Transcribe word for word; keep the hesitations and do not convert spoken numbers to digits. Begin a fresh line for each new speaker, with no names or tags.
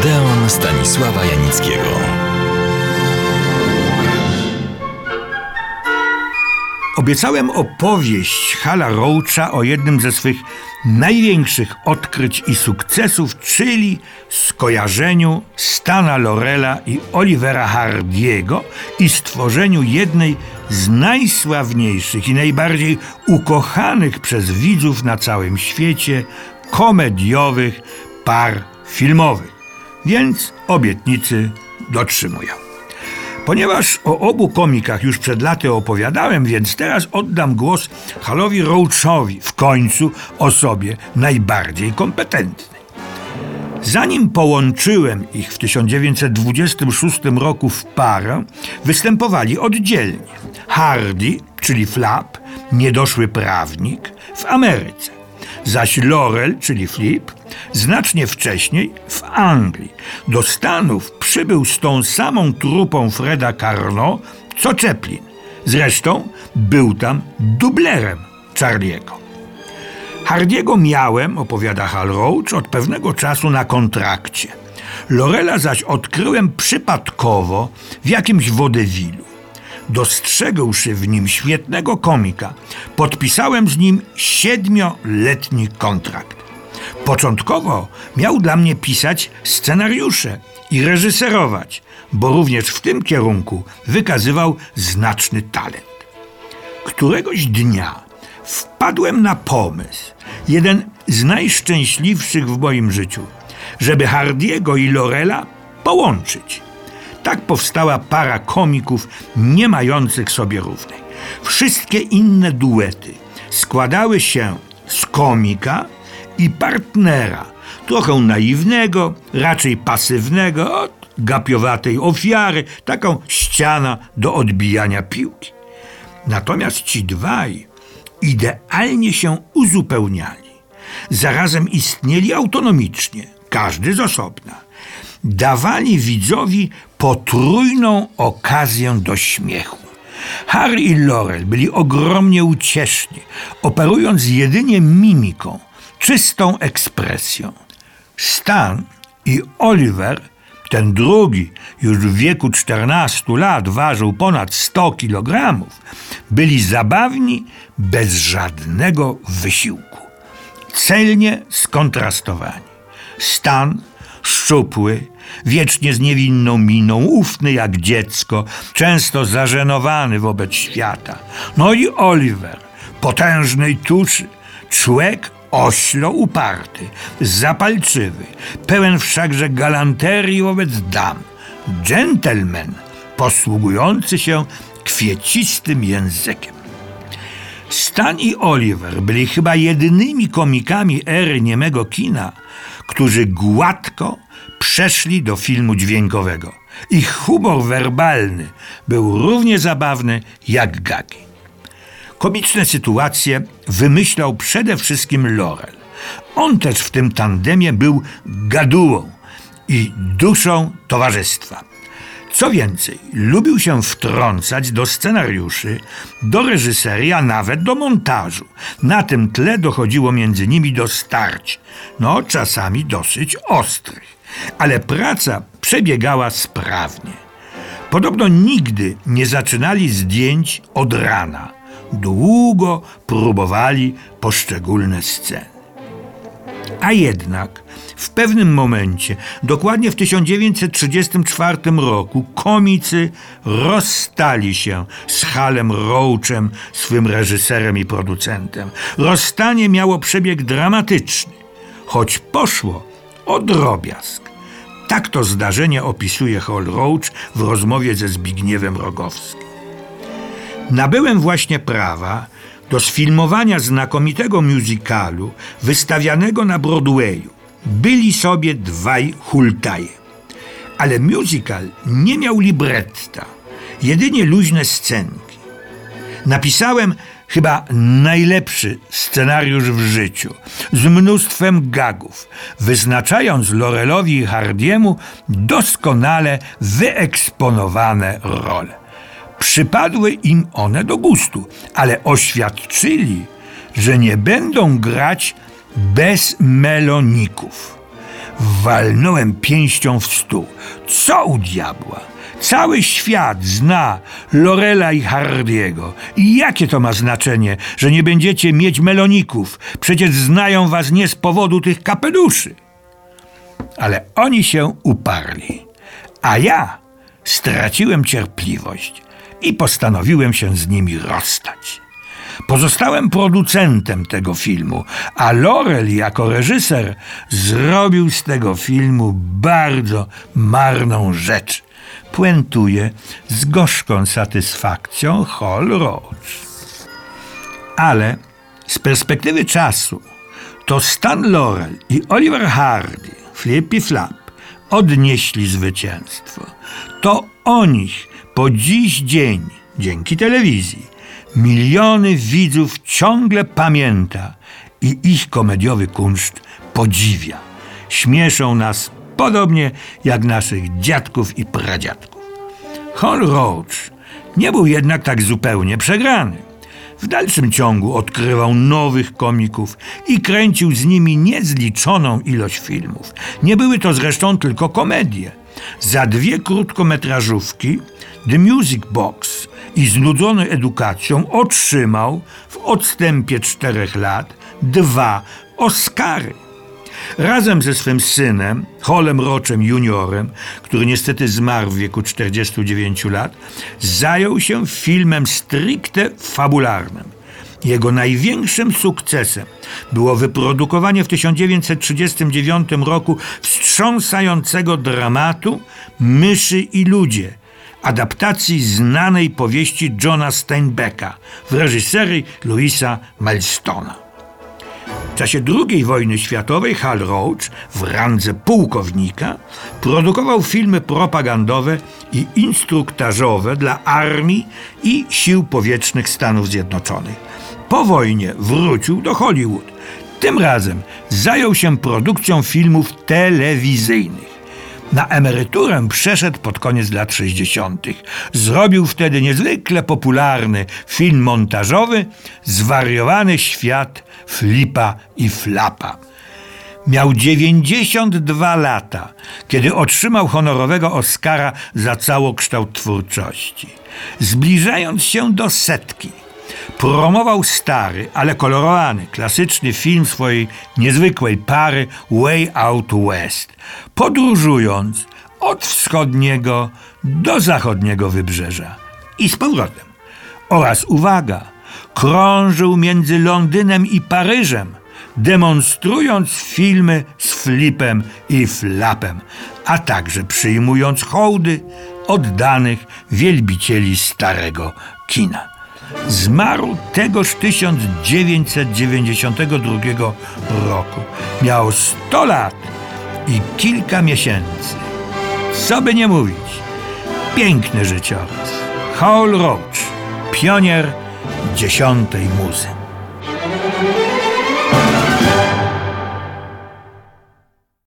Odeon Stanisława Janickiego.
Obiecałem opowieść Hala Roacha o jednym ze swych największych odkryć i sukcesów, czyli skojarzeniu Stana Lorela i Olivera Hardy'ego i stworzeniu jednej z najsławniejszych i najbardziej ukochanych przez widzów na całym świecie komediowych par filmowych. Więc obietnicy dotrzymuję. Ponieważ o obu komikach już przed laty opowiadałem, więc teraz oddam głos Halowi Roachowi, w końcu osobie najbardziej kompetentnej. Zanim połączyłem ich w tysiąc dziewięćset dwudziestym szóstym roku w parę, występowali oddzielnie. Hardy, czyli Flap, niedoszły prawnik, w Ameryce, zaś Laurel, czyli Flip, znacznie wcześniej w Anglii. Do Stanów przybył z tą samą trupą Freda Carno, co Chaplin. Zresztą był tam dublerem Charlie'ego. Hardy'ego miałem, opowiada Hal Roach, od pewnego czasu na kontrakcie. Laurela zaś odkryłem przypadkowo w jakimś wodewilu. Dostrzegłszy w nim świetnego komika, podpisałem z nim siedmioletni kontrakt. Początkowo miał dla mnie pisać scenariusze i reżyserować, bo również w tym kierunku wykazywał znaczny talent. Któregoś dnia wpadłem na pomysł, jeden z najszczęśliwszych w moim życiu, żeby Hardy'ego i Laurela połączyć. Tak powstała para komików nie mających sobie równej. Wszystkie inne duety składały się z komika i partnera, trochę naiwnego, raczej pasywnego, od gapiowatej ofiary, taką ściana do odbijania piłki. Natomiast ci dwaj idealnie się uzupełniali. Zarazem istnieli autonomicznie, każdy z osobna. Dawali widzowi potrójną okazję do śmiechu. Harry i Laurel byli ogromnie ucieszni, operując jedynie mimiką, czystą ekspresją. Stan i Oliver, ten drugi, już w wieku czternastu lat ważył ponad sto kilogramów, byli zabawni bez żadnego wysiłku. Celnie skontrastowani. Stan szczupły, wiecznie z niewinną miną, ufny jak dziecko, często zażenowany wobec świata. No i Oliver, potężnej tuszy, człek oślo uparty, zapalczywy, pełen wszakże galanterii wobec dam, dżentelmen posługujący się kwiecistym językiem. Stan i Oliver byli chyba jedynymi komikami ery niemego kina, którzy gładko przeszli do filmu dźwiękowego. Ich humor werbalny był równie zabawny jak gagi. Komiczne sytuacje wymyślał przede wszystkim Laurel. On też w tym tandemie był gadułą i duszą towarzystwa. Co więcej, lubił się wtrącać do scenariuszy, do reżyserii, a nawet do montażu. Na tym tle dochodziło między nimi do starć, no czasami dosyć ostrych. Ale praca przebiegała sprawnie. Podobno nigdy nie zaczynali zdjęć od rana. Długo próbowali poszczególne sceny. A jednak w pewnym momencie, dokładnie w tysiąc dziewięćset trzydziestym czwartym roku, komicy rozstali się z Halem Roachem, swym reżyserem i producentem. Rozstanie miało przebieg dramatyczny, choć poszło o drobiazg. Tak to zdarzenie opisuje Hal Roach w rozmowie ze Zbigniewem Rogowskim. Nabyłem właśnie prawa do sfilmowania znakomitego musicalu wystawianego na Broadwayu. Byli sobie dwaj hultaje. Ale musical nie miał libretta, jedynie luźne scenki. Napisałem chyba najlepszy scenariusz w życiu, z mnóstwem gagów, wyznaczając Laurelowi i Hardy'emu doskonale wyeksponowane role. Przypadły im one do gustu, ale oświadczyli, że nie będą grać bez meloników. Walnąłem pięścią w stół. Co u diabła? Cały świat zna Laurela i Hardiego. I jakie to ma znaczenie, że nie będziecie mieć meloników? Przecież znają was nie z powodu tych kapeluszy. Ale oni się uparli. A ja straciłem cierpliwość i postanowiłem się z nimi rozstać. Pozostałem producentem tego filmu, a Laurel jako reżyser zrobił z tego filmu bardzo marną rzecz. Puentuje z gorzką satysfakcją Hal Roach. Ale z perspektywy czasu to Stan Laurel i Oliver Hardy, Flippy Flap, odnieśli zwycięstwo. To o nich po dziś dzień, dzięki telewizji, miliony widzów ciągle pamięta i ich komediowy kunszt podziwia. Śmieszą nas podobnie jak naszych dziadków i pradziadków. Hal Roach nie był jednak tak zupełnie przegrany. W dalszym ciągu odkrywał nowych komików i kręcił z nimi niezliczoną ilość filmów. Nie były to zresztą tylko komedie. Za dwie krótkometrażówki The Music Box i Znudzony edukacją otrzymał w odstępie czterech lat dwa Oscary. Razem ze swym synem, Halem Roachem juniorem, który niestety zmarł w wieku czterdziestu dziewięciu lat, zajął się filmem stricte fabularnym. Jego największym sukcesem było wyprodukowanie w tysiąc dziewięćset trzydziestym dziewiątym roku wstrząsającego dramatu Myszy i ludzie, adaptacji znanej powieści Johna Steinbecka w reżyserii Louisa Milestona. W czasie drugiej wojny światowej Hal Roach w randze pułkownika produkował filmy propagandowe i instruktażowe dla armii i sił powietrznych Stanów Zjednoczonych. Po wojnie wrócił do Hollywood. Tym razem zajął się produkcją filmów telewizyjnych. Na emeryturę przeszedł pod koniec lat sześćdziesiątych. Zrobił wtedy niezwykle popularny film montażowy Zwariowany świat Flipa i Flapa. Miał dziewięćdziesiąt dwa lata, kiedy otrzymał honorowego Oscara za całokształt twórczości. Zbliżając się do setki, promował stary, ale kolorowany, klasyczny film swojej niezwykłej pary Way Out West, podróżując od wschodniego do zachodniego wybrzeża i z powrotem. Oraz, uwaga, krążył między Londynem i Paryżem, demonstrując filmy z Flipem i Flapem, a także przyjmując hołdy oddanych wielbicieli starego kina. Zmarł tegoż tysiąc dziewięćset dziewięćdziesiątego drugiego roku. Miał sto lat i kilka miesięcy. Co by nie mówić, piękny życiorys. Hal Roach, pionier dziesiątej muzy.